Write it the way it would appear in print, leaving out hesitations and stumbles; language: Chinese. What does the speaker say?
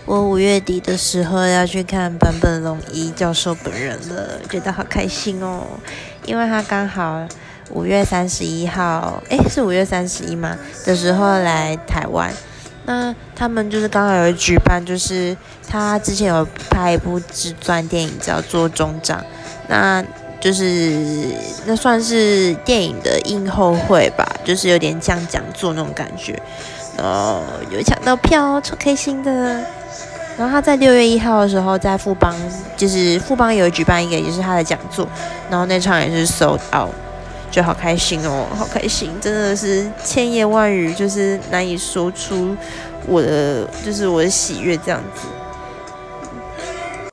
我5月底的时候要去看坂本龙一教授本人了，觉得好开心哦！因为他刚好5月31号，是5月31吗？的时候来台湾。那他们就是刚好有举办，就是他之前有拍一部自传电影叫做《中长》，那算是电影的映后会吧，就是有点像讲座那种感觉。有抢到票，超开心的。然后他在6月1号的时候，在富邦有举办一个也是他的讲座，然后那场也是 sold out， 就好开心哦，好开心，真的是千言万语，就是难以说出我的喜悦这样子。